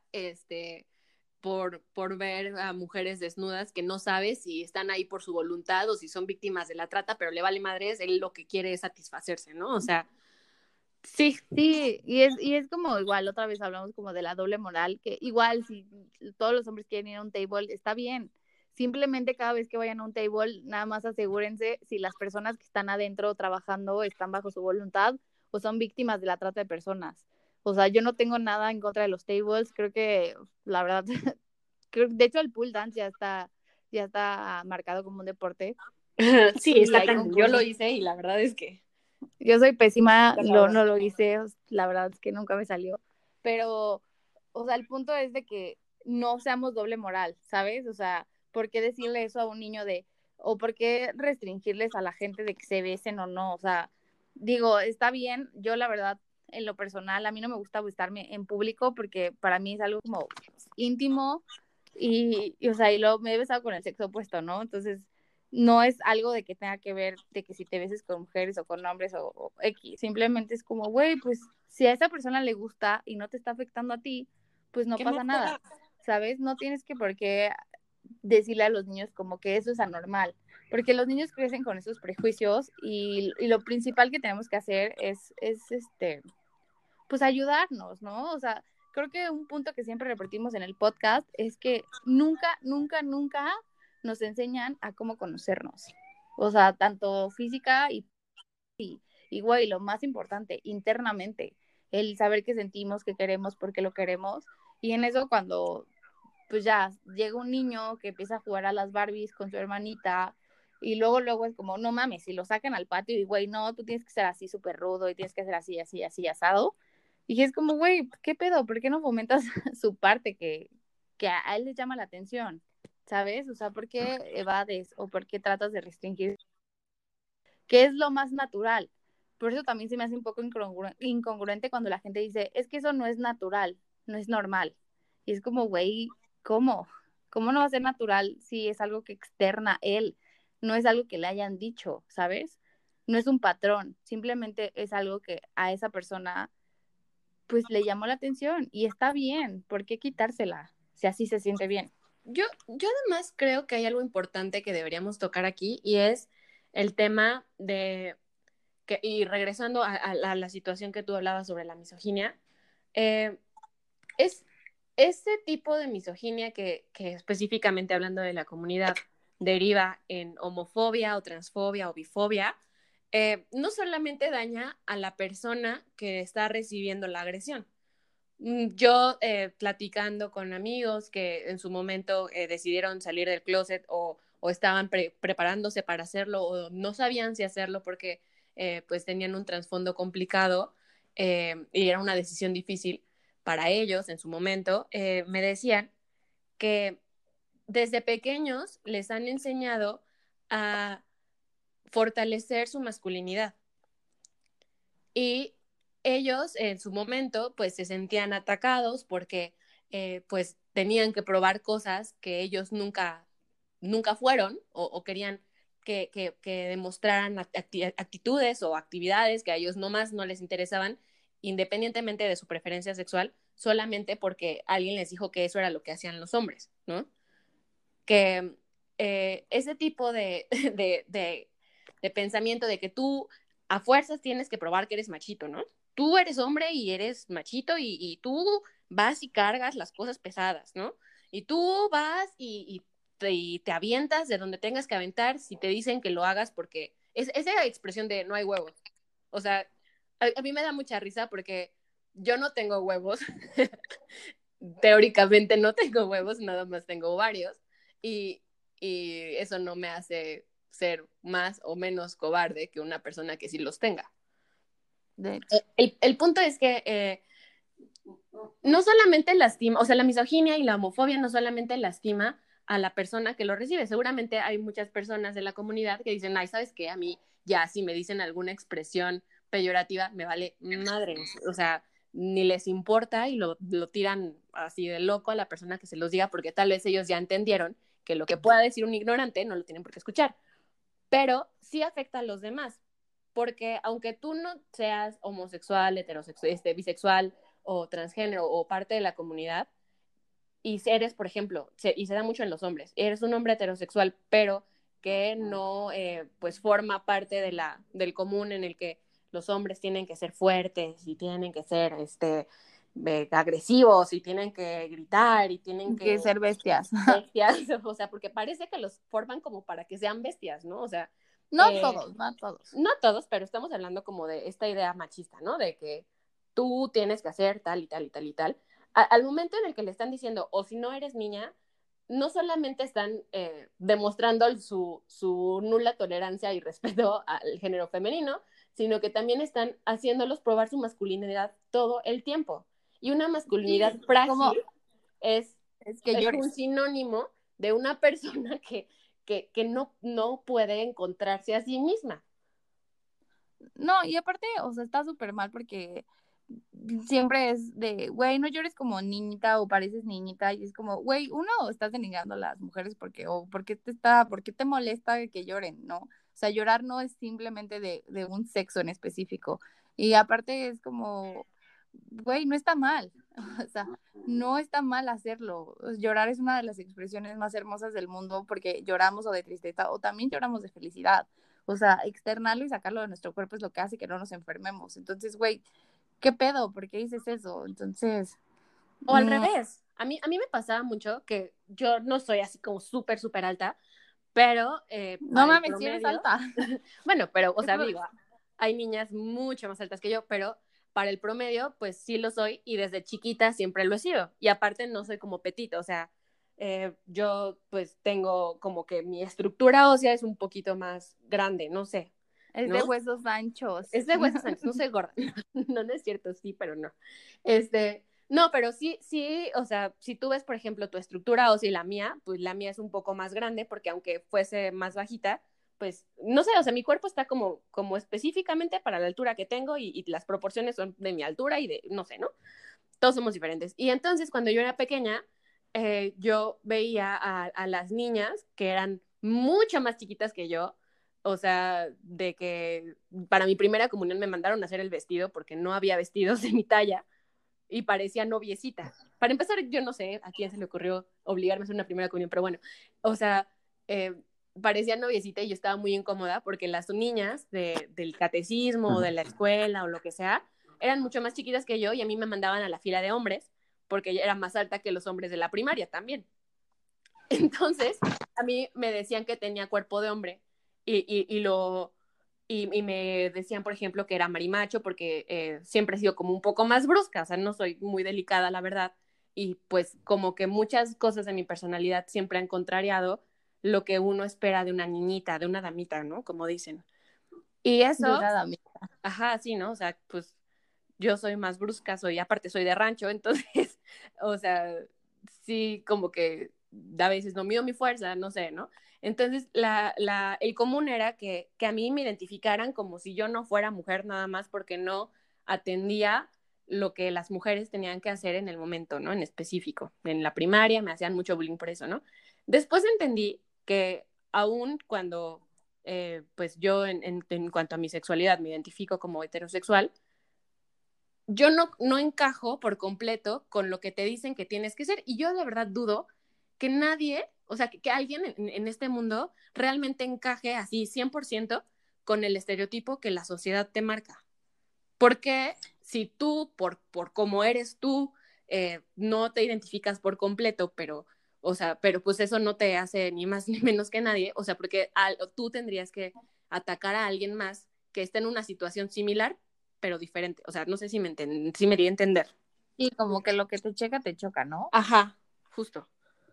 por ver a mujeres desnudas que no sabe si están ahí por su voluntad o si son víctimas de la trata, pero le vale madres, él lo que quiere es satisfacerse, ¿no? O sea, sí. Sí, y es como igual, otra vez hablamos como de la doble moral, que igual si todos los hombres quieren ir a un table, está bien. Simplemente cada vez que vayan a un table, nada más asegúrense si las personas que están adentro trabajando están bajo su voluntad o son víctimas de la trata de personas. O sea, yo no tengo nada en contra de los tables, creo que la verdad, de hecho el pool dance ya está marcado como un deporte Sí, y está hay cañón. Yo lo concursos. hice y la verdad es que Yo soy pésima, está cabrón. no lo hice, la verdad es que nunca me salió, pero, o sea, el punto es de que no seamos doble moral, ¿sabes? O sea, ¿por qué decirle eso a un niño o por qué restringirles a la gente de que se besen o no? O sea, digo, está bien, yo la verdad, en lo personal, a mí no me gusta besarme en público porque para mí es algo como íntimo o sea, me he besado con el sexo opuesto, ¿no? Entonces, no es algo de que tenga que ver de que si te beses con mujeres o con hombres o X, simplemente es como, güey, pues si a esa persona le gusta y no te está afectando a ti, pues no ¿Qué más pasa te nada, da? ¿sabes? No tienes que por qué decirle a los niños como que eso es anormal, porque los niños crecen con esos prejuicios y lo principal que tenemos que hacer es pues ayudarnos, ¿no? O sea, creo que un punto que siempre repetimos en el podcast es que nunca, nunca, nunca nos enseñan a cómo conocernos. O sea, tanto física y güey, lo más importante, internamente, el saber qué sentimos, qué queremos, por qué lo queremos. Y en eso cuando pues ya llega un niño que empieza a jugar a las Barbies con su hermanita y luego es como, no mames, si lo sacan al patio y güey, no, tú tienes que ser así súper rudo y tienes que ser así, así, así, asado. Y es como, güey, ¿qué pedo? ¿Por qué no fomentas su parte que a él le llama la atención? ¿Sabes? O sea, ¿por qué evades o por qué tratas de restringir? ¿Qué es lo más natural? Por eso también se me hace un poco incongruente cuando la gente dice, es que eso no es natural, no es normal. Y es como, güey, ¿cómo? ¿Cómo no va a ser natural si es algo que externa él? No es algo que le hayan dicho, ¿sabes? No es un patrón, simplemente es algo que a esa persona pues le llamó la atención y está bien, ¿por qué quitársela si así se siente bien? Yo además creo que hay algo importante que deberíamos tocar aquí y es el tema de que, y regresando a la situación que tú hablabas sobre la misoginia, eh, es ese tipo de misoginia que específicamente hablando de la comunidad deriva en homofobia o transfobia o bifobia, no solamente daña a la persona que está recibiendo la agresión. Yo platicando con amigos que en su momento decidieron salir del closet o estaban preparándose para hacerlo o no sabían si hacerlo porque pues tenían un trasfondo complicado y era una decisión difícil para ellos en su momento, me decían que desde pequeños les han enseñado a fortalecer su masculinidad y ellos en su momento pues se sentían atacados porque pues tenían que probar cosas que ellos nunca fueron o querían que demostraran actitudes o actividades que a ellos nomás no les interesaban independientemente de su preferencia sexual, solamente porque alguien les dijo que eso era lo que hacían los hombres, ¿no? Que ese tipo de pensamiento de que tú a fuerzas tienes que probar que eres machito, ¿no? Tú eres hombre y eres machito y tú vas y cargas las cosas pesadas, ¿no? Y tú vas y te avientas de donde tengas que aventar si te dicen que lo hagas porque es esa expresión de no hay huevos. O sea, a mí me da mucha risa porque yo no tengo huevos. Teóricamente no tengo huevos, nada más tengo ovarios. Y, y eso no me hace ser más o menos cobarde que una persona que sí los tenga. De hecho. El punto es que no solamente lastima, o sea, la misoginia y la homofobia no solamente lastima a la persona que lo recibe. Seguramente hay muchas personas de la comunidad que dicen, ay, ¿sabes qué? A mí ya si me dicen alguna expresión peyorativa, me vale madre. O sea, ni les importa y lo tiran así de loco a la persona que se los diga porque tal vez ellos ya entendieron que lo que pueda decir un ignorante no lo tienen por qué escuchar. Pero sí afecta a los demás, porque aunque tú no seas homosexual, heterosexual, bisexual o transgénero o parte de la comunidad, y eres, por ejemplo, y se da mucho en los hombres, eres un hombre heterosexual, pero que no pues forma parte del común en el que los hombres tienen que ser fuertes y tienen que ser agresivos y tienen que gritar y tienen Que que ser bestias. bestias, o sea, porque parece que los forman como para que sean bestias, ¿no? O sea, No todos, no todos. no todos, pero estamos hablando como de esta idea machista, ¿no? De que tú tienes que hacer tal y tal y tal y tal. Al momento en el que le están diciendo, o si no eres niña, no solamente están demostrando su nula tolerancia y respeto al género femenino, sino que también están haciéndolos probar su masculinidad todo el tiempo. Y una masculinidad Sí, como frágil es, es que es un llores. sinónimo de una persona que no puede encontrarse a sí misma. No, y aparte, o sea, está súper mal porque siempre es de, güey, no llores como niñita o pareces niñita y es como, güey, uno, estás denigrando a las mujeres porque, o por qué te molesta que lloren, ¿no? O sea, llorar no es simplemente de un sexo en específico. Y aparte es como, güey, no está mal, o sea, no está mal hacerlo. Llorar es una de las expresiones más hermosas del mundo porque lloramos o de tristeza o también lloramos de felicidad. O sea, externarlo y sacarlo de nuestro cuerpo es lo que hace que no nos enfermemos. Entonces, güey, ¿qué pedo? ¿Por qué dices eso? Entonces, O al revés. A mí me pasaba mucho que yo no soy así como súper, súper alta, pero no para el mames, si eres promedio, alta. bueno, pero, o sea, digo, hay niñas mucho más altas que yo, pero para el promedio, pues sí lo soy y desde chiquita siempre lo he sido. Y aparte no soy como petito, o sea, yo pues tengo como que mi estructura ósea es un poquito más grande, no sé, Es de ¿no? huesos anchos. Es de huesos anchos, no soy gorda. No, no es cierto, sí, pero no. No, pero sí, sí, o sea, si tú ves, por ejemplo, tu estructura ósea y la mía, pues la mía es un poco más grande, porque aunque fuese más bajita, pues, no sé, o sea, mi cuerpo está como específicamente para la altura que tengo y las proporciones son de mi altura y de, no sé, ¿no? Todos somos diferentes. Y entonces, cuando yo era pequeña, yo veía a las niñas que eran mucho más chiquitas que yo, o sea, de que para mi primera comunión me mandaron a hacer el vestido porque no había vestidos de mi talla y parecía noviecita. Para empezar, yo no sé a quién se le ocurrió obligarme a hacer una primera comunión, pero bueno, o sea, eh, parecía noviecita y yo estaba muy incómoda porque las niñas del catecismo o de la escuela o lo que sea eran mucho más chiquitas que yo y a mí me mandaban a la fila de hombres porque ella era más alta que los hombres de la primaria también. Entonces, a mí me decían que tenía cuerpo de hombre y me decían, por ejemplo, que era marimacho porque siempre he sido como un poco más brusca, o sea, no soy muy delicada, la verdad, y pues como que muchas cosas de mi personalidad siempre han contrariado lo que uno espera de una niñita, de una damita, ¿no? Como dicen. Y De eso, una dama. ajá, sí, ¿no? O sea, pues yo soy más brusca, aparte soy de rancho, entonces, o sea, sí, como que a veces no mido mi fuerza, no sé, ¿no? Entonces, el común era que a mí me identificaran como si yo no fuera mujer nada más porque no atendía lo que las mujeres tenían que hacer en el momento, ¿no? En específico. En la primaria me hacían mucho bullying por eso, ¿no? Después entendí que aún cuando, pues yo en cuanto a mi sexualidad me identifico como heterosexual, yo no encajo por completo con lo que te dicen que tienes que ser. Y yo de verdad dudo que nadie, o sea, que alguien en este mundo realmente encaje así 100% con el estereotipo que la sociedad te marca. Porque si tú, por cómo eres tú, no te identificas por completo, pero, o sea, pero pues eso no te hace ni más ni menos que nadie, o sea, porque tú tendrías que atacar a alguien más que esté en una situación similar, pero diferente. O sea, no sé si me di a entender. Y como que lo que te checa, te choca, ¿no? Ajá, justo.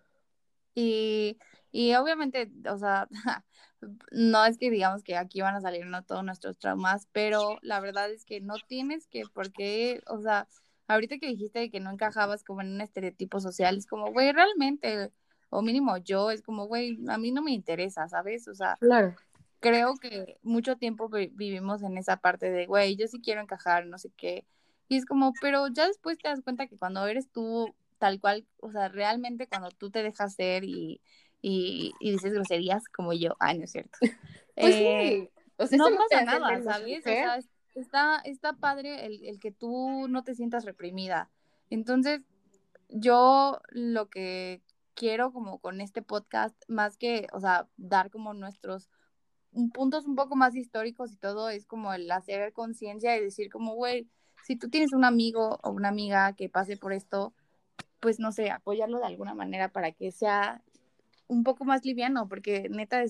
Y, y obviamente, o sea, no es que digamos que aquí van a salir no todos nuestros traumas, pero la verdad es que no tienes que, porque, o sea, ahorita que dijiste que no encajabas como en un estereotipo social, es como, güey, realmente, o mínimo yo, es como, güey, a mí no me interesa, ¿sabes? O sea, Claro. creo que mucho tiempo vivimos en esa parte de, güey, yo sí quiero encajar, no sé qué. Y es como, pero ya después te das cuenta que cuando eres tú tal cual, o sea, realmente cuando tú te dejas ser y dices groserías como yo, ay, no es cierto. Pues Eh, sí, o sea, eso no no te pasa hace nada, menos ¿sabes? O mujer. sea, está padre el que tú no te sientas reprimida. Entonces, yo lo que quiero como con este podcast, más que, o sea, dar como nuestros puntos un poco más históricos y todo, es como el hacer conciencia y decir como, güey, si tú tienes un amigo o una amiga que pase por esto, pues no sé, apoyarlo de alguna manera para que sea un poco más liviano, porque neta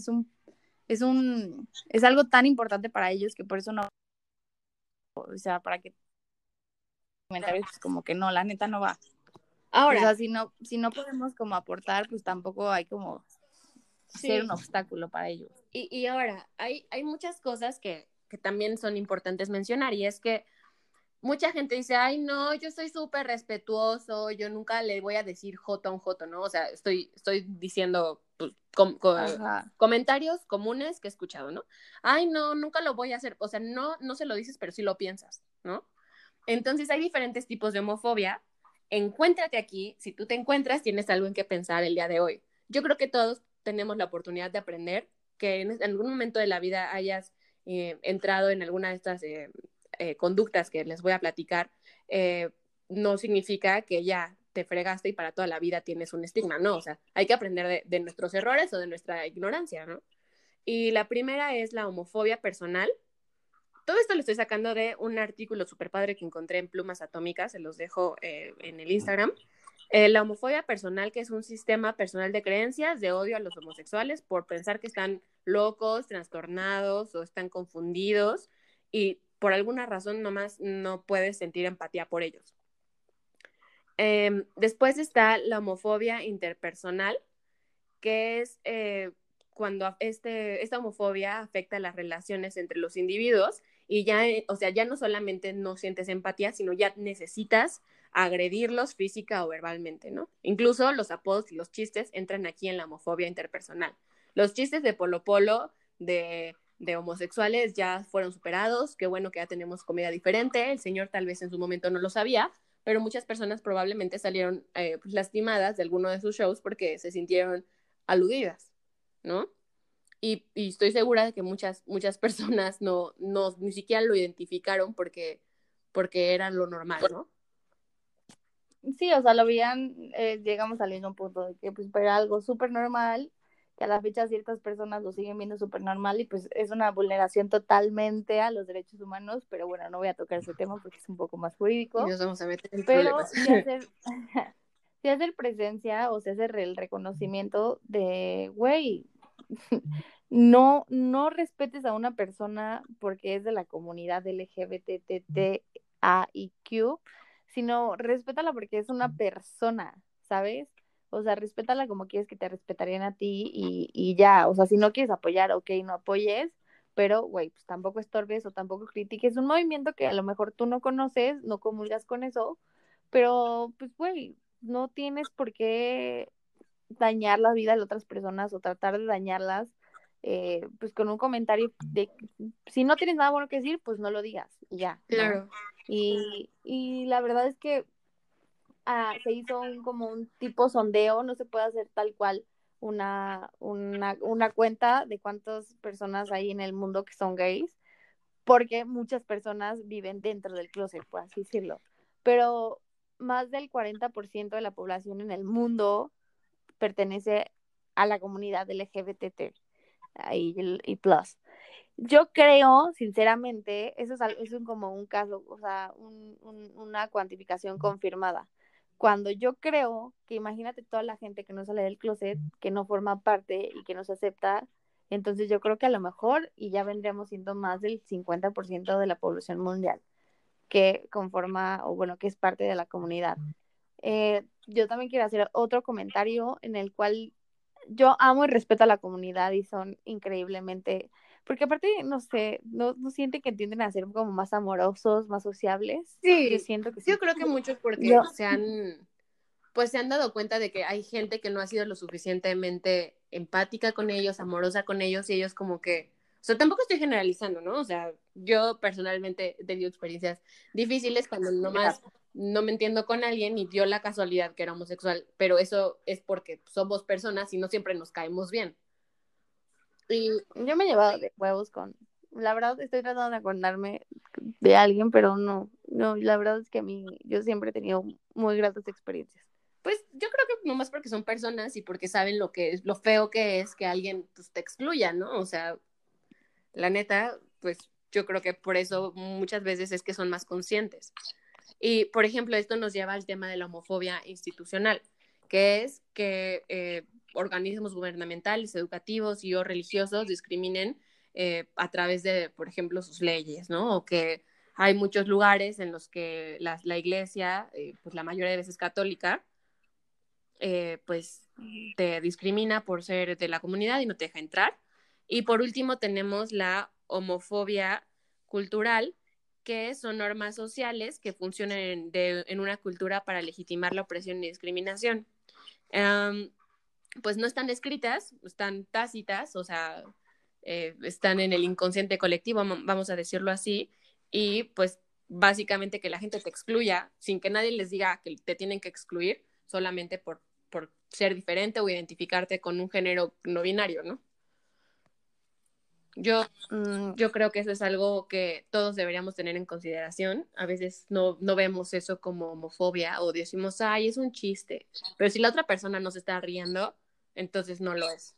es algo tan importante para ellos que por eso no, o sea, para que comentarios pues como que no, la neta no va. O Ahora, sea, si no podemos como aportar, pues tampoco hay como ser un sí, obstáculo para ellos. y ahora, hay muchas cosas que también son importantes mencionar, y es que mucha gente dice, ay, no, yo soy súper respetuoso, yo nunca le voy a decir joto a un joto, ¿no? O sea, estoy diciendo pues, Ajá. comentarios comunes que he escuchado, ¿no? Ay, no, nunca lo voy a hacer. O sea, no se lo dices, pero sí lo piensas, ¿no? Entonces hay diferentes tipos de homofobia. Encuéntrate aquí. Si tú te encuentras, tienes algo en qué pensar el día de hoy. Yo creo que todos tenemos la oportunidad de aprender, que en algún momento de la vida hayas entrado en alguna de estas conductas que les voy a platicar, eh, no significa que ya te fregaste y para toda la vida tienes un estigma, no, o sea, hay que aprender de nuestros errores o de nuestra ignorancia, ¿no? Y la primera es la homofobia personal. Todo esto lo estoy sacando de un artículo súper padre que encontré en Plumas Atómicas, se los dejo en el Instagram. La homofobia personal, que es un sistema personal de creencias de odio a los homosexuales por pensar que están locos, trastornados o están confundidos y por alguna razón nomás no puedes sentir empatía por ellos. Después está la homofobia interpersonal, que es cuando esta homofobia afecta las relaciones entre los individuos y ya, o sea, ya no solamente no sientes empatía, sino ya necesitas agredirlos física o verbalmente, ¿no? Incluso los apodos y los chistes entran aquí en la homofobia interpersonal. Los chistes de Polo Polo, de homosexuales ya fueron superados, qué bueno que ya tenemos comida diferente, el señor tal vez en su momento no lo sabía, pero muchas personas probablemente salieron pues, lastimadas de alguno de sus shows porque se sintieron aludidas, ¿no? Y estoy segura de que muchas personas ni siquiera lo identificaron porque era lo normal, ¿no? Sí, o sea, lo veían, llegamos al mismo punto de que pues era algo súper normal, que a la fecha ciertas personas lo siguen viendo súper normal y pues es una vulneración totalmente a los derechos humanos, pero bueno, no voy a tocar ese tema porque es un poco más Y jurídico, nos vamos a meter en pero problemas. sí hacer presencia o se hace el reconocimiento de, güey, no respetes a una persona porque es de la comunidad LGBTTIQ, sino respétala porque es una persona, ¿sabes? O sea, respétala como quieres que te respetarían a ti y ya, o sea, si no quieres apoyar, ok, no apoyes, pero, güey, pues tampoco estorbes o tampoco critiques un movimiento que a lo mejor tú no conoces, no comulgas con eso, pero, pues, güey, no tienes por qué dañar la vida de otras personas o tratar de dañarlas, pues con un comentario de, si no tienes nada bueno que decir, pues no lo digas y ya, ¿no? Claro. Y la verdad es que se hizo como un tipo sondeo, no se puede hacer tal cual una cuenta de cuántas personas hay en el mundo que son gays, porque muchas personas viven dentro del closet, por así decirlo. Pero más del 40% de la población en el mundo pertenece a la comunidad LGBT y plus. Yo creo, sinceramente, eso es como un caso, o sea, una cuantificación confirmada. Cuando yo creo que imagínate toda la gente que no sale del closet, que no forma parte y que no se acepta, entonces yo creo que a lo mejor, y ya vendríamos siendo más del 50% de la población mundial que conforma, o bueno, que es parte de la comunidad. Yo también quiero hacer otro comentario en el cual yo amo y respeto a la comunidad y son increíblemente, porque aparte, no sé, no sienten que tienden a ser como más amorosos, más sociables. Yo Sí, siento que yo sí. creo que muchos porque Yo, pues se han dado cuenta de que hay gente que no ha sido lo suficientemente empática con ellos, amorosa con ellos, y ellos como que, o sea, tampoco estoy generalizando, ¿no? O sea, yo personalmente he tenido experiencias difíciles cuando nomás no me entiendo con alguien y dio la casualidad que era homosexual, pero eso es porque somos personas y no siempre nos caemos bien. Y yo me he llevado de huevos con, la verdad estoy tratando de acordarme de alguien, pero no, la verdad es que a mí, yo siempre he tenido muy gratas experiencias. pues yo creo que nomás porque son personas y porque saben lo que es, lo feo que es que alguien pues, te excluya, ¿no? O sea, la neta, pues yo creo que por eso muchas veces es que son más conscientes. Y, por ejemplo, esto nos lleva al tema de la homofobia institucional, que es que organismos gubernamentales, educativos y o religiosos discriminen a través de, por ejemplo, sus leyes, ¿no? O que hay muchos lugares en los que la iglesia, pues la mayoría de veces católica, pues te discrimina por ser de la comunidad y no te deja entrar. Y por último tenemos la homofobia cultural, que son normas sociales que funcionan en una cultura para legitimar la opresión y discriminación. Pues no están escritas, están tácitas, o sea, están en el inconsciente colectivo, vamos a decirlo así, y pues básicamente que la gente te excluya sin que nadie les diga que te tienen que excluir solamente por ser diferente o identificarte con un género no binario, ¿no? Yo, yo creo que eso es algo que todos deberíamos tener en consideración. A veces no vemos eso como homofobia o decimos, ay, es un chiste. Pero si la otra persona nos está riendo, entonces no lo es.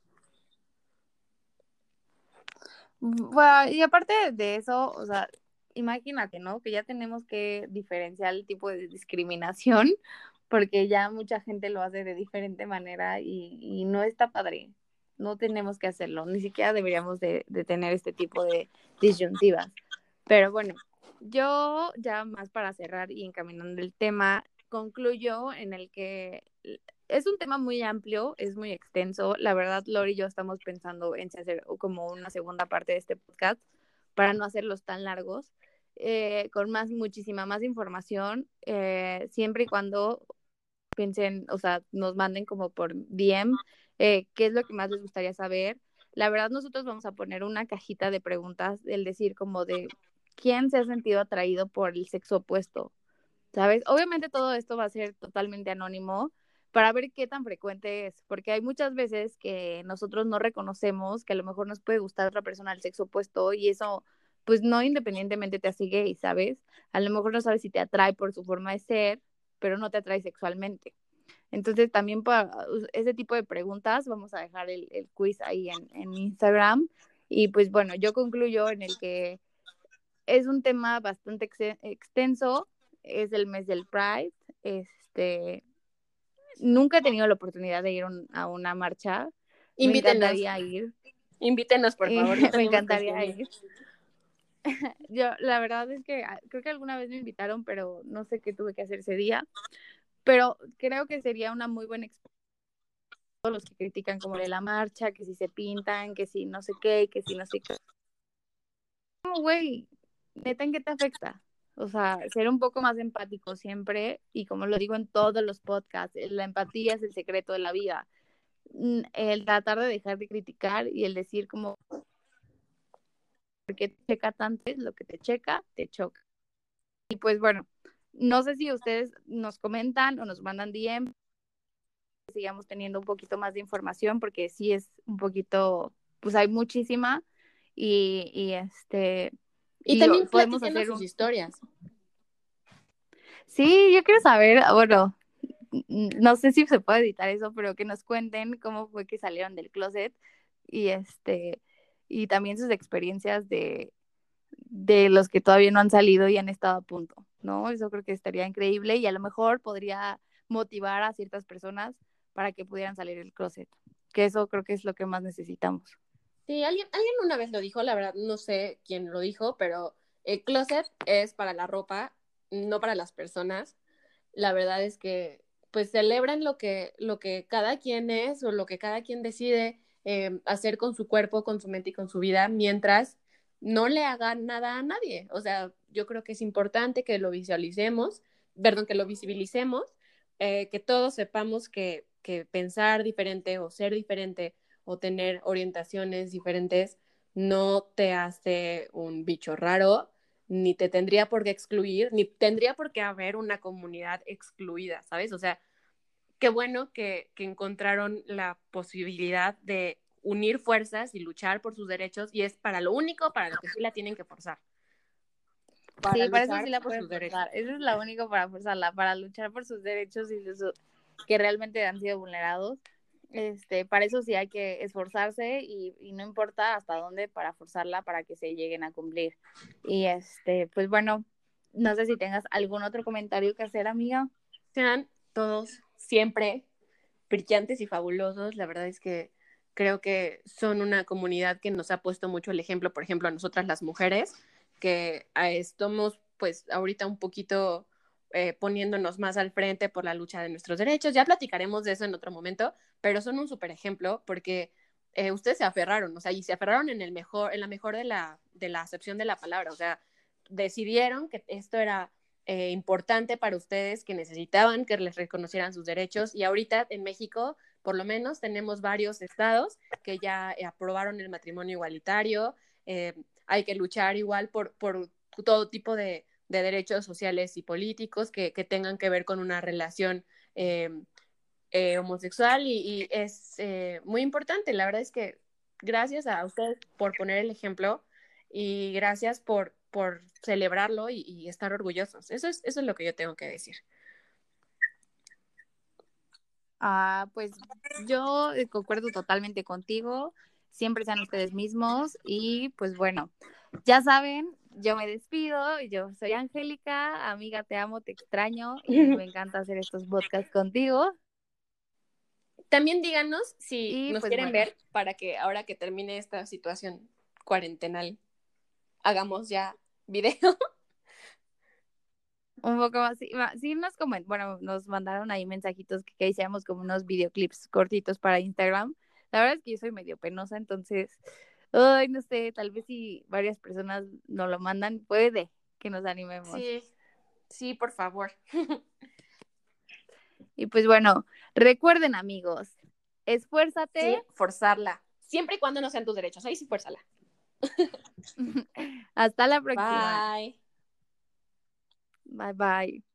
Bueno, y aparte de eso, o sea, imagínate, ¿no? Que ya tenemos que diferenciar el tipo de discriminación, porque ya mucha gente lo hace de diferente manera y no está padre. No tenemos que hacerlo, ni siquiera deberíamos de tener este tipo de disyuntivas. Pero bueno, yo ya más para cerrar y encaminando el tema, concluyo en el que es un tema muy amplio, es muy extenso. La verdad, Lori y yo estamos pensando en hacer como una segunda parte de este podcast para no hacerlos tan largos, con muchísima más información, siempre y cuando piensen, o sea, nos manden como por DM qué es lo que más les gustaría saber. La verdad, nosotros vamos a poner una cajita de preguntas, el decir como de quién se ha sentido atraído por el sexo opuesto, ¿sabes? Obviamente todo esto va a ser totalmente anónimo para ver qué tan frecuente es, porque hay muchas veces que nosotros no reconocemos que a lo mejor nos puede gustar otra persona del sexo opuesto y eso, pues no independientemente te hace gay, ¿sabes? A lo mejor no sabes si te atrae por su forma de ser, pero no te atrae sexualmente. Entonces también para ese tipo de preguntas vamos a dejar el quiz ahí en Instagram. Y pues bueno, yo concluyo en el que es un tema bastante extenso, es el mes del Pride, nunca he tenido la oportunidad de ir a una marcha, me Invítenos, encantaría ir, invítenos, por favor, no me tenemos encantaría costumbre. ir. Yo, la verdad es que creo que alguna vez me invitaron, pero no sé qué tuve que hacer ese día, pero creo que sería una muy buena experiencia. Todos los que critican como de la marcha, que si se pintan, que si no sé qué, que si no sé qué. No, güey, neta, ¿en qué te afecta? O sea, ser un poco más empático siempre, y como lo digo en todos los podcasts, la empatía es el secreto de la vida. El tratar de dejar de criticar y el decir como, ¿por qué te checa tanto? Es lo que te checa, te choca. Y pues bueno, no sé si ustedes nos comentan o nos mandan DM, sigamos teniendo un poquito más de información, porque sí es un poquito, pues hay muchísima, y Y y también podemos platíquenos hacer sus un... historias. Sí, yo quiero saber, bueno, no sé si se puede editar eso, pero que nos cuenten cómo fue que salieron del closet y y también sus experiencias de los que todavía no han salido y han estado a punto, ¿no? Eso creo que estaría increíble y a lo mejor podría motivar a ciertas personas para que pudieran salir del closet, que eso creo que es lo que más necesitamos. Sí, alguien una vez lo dijo, la verdad no sé quién lo dijo, pero el closet es para la ropa, no para las personas. La verdad es que pues celebran lo que cada quien es o lo que cada quien decide hacer con su cuerpo, con su mente y con su vida, mientras no le hagan nada a nadie. O sea, yo creo que es importante que lo visualicemos, perdón, que lo visibilicemos, que todos sepamos que pensar diferente o ser diferente o tener orientaciones diferentes no te hace un bicho raro, ni te tendría por qué excluir, ni tendría por qué haber una comunidad excluida, ¿sabes? O sea, qué bueno que encontraron la posibilidad de unir fuerzas y luchar por sus derechos y es para lo único para lo que sí la tienen que forzar, para Sí, para eso luchar sí la por pueden sus derechos. forzar. Eso es la única para forzarla, para luchar por sus derechos y que realmente han sido vulnerados. Para eso sí hay que esforzarse y no importa hasta dónde para forzarla para que se lleguen a cumplir. Y pues bueno, no sé si tengas algún otro comentario que hacer, amiga. Sean todos siempre brillantes y fabulosos. La verdad es que creo que son una comunidad que nos ha puesto mucho el ejemplo, por ejemplo, a nosotras las mujeres, que estamos pues ahorita un poquito poniéndonos más al frente por la lucha de nuestros derechos. Ya platicaremos de eso en otro momento, pero son un súper ejemplo porque ustedes se aferraron, o sea, y se aferraron en la mejor de la acepción de la palabra, o sea, decidieron que esto era importante para ustedes, que necesitaban que les reconocieran sus derechos y ahorita en México por lo menos tenemos varios estados que ya aprobaron el matrimonio igualitario, hay que luchar igual por todo tipo de derechos sociales y políticos que tengan que ver con una relación homosexual y es muy importante. La verdad es que gracias a ustedes por poner el ejemplo y gracias por celebrarlo y estar orgullosos. Eso es lo que yo tengo que decir. Pues yo concuerdo totalmente contigo. Siempre sean ustedes mismos y pues bueno, ya saben, yo me despido. Yo soy Angélica, amiga, te amo, te extraño y me encanta hacer estos podcasts contigo. También díganos si Y nos pues quieren bueno, ver para que ahora que termine esta situación cuarentenal hagamos ya video. un poco más, sí, sí bueno, nos mandaron ahí mensajitos que hiciéramos como unos videoclips cortitos para Instagram. La verdad es que yo soy medio penosa, entonces, ay, no sé, tal vez si varias personas nos lo mandan, puede que nos animemos. Sí, sí, por favor. Y pues bueno, recuerden amigos, esfuérzate. Sin forzarla. Siempre y cuando no sean tus derechos. Ahí sí, fuérzala. Hasta la próxima. Bye. Bye bye.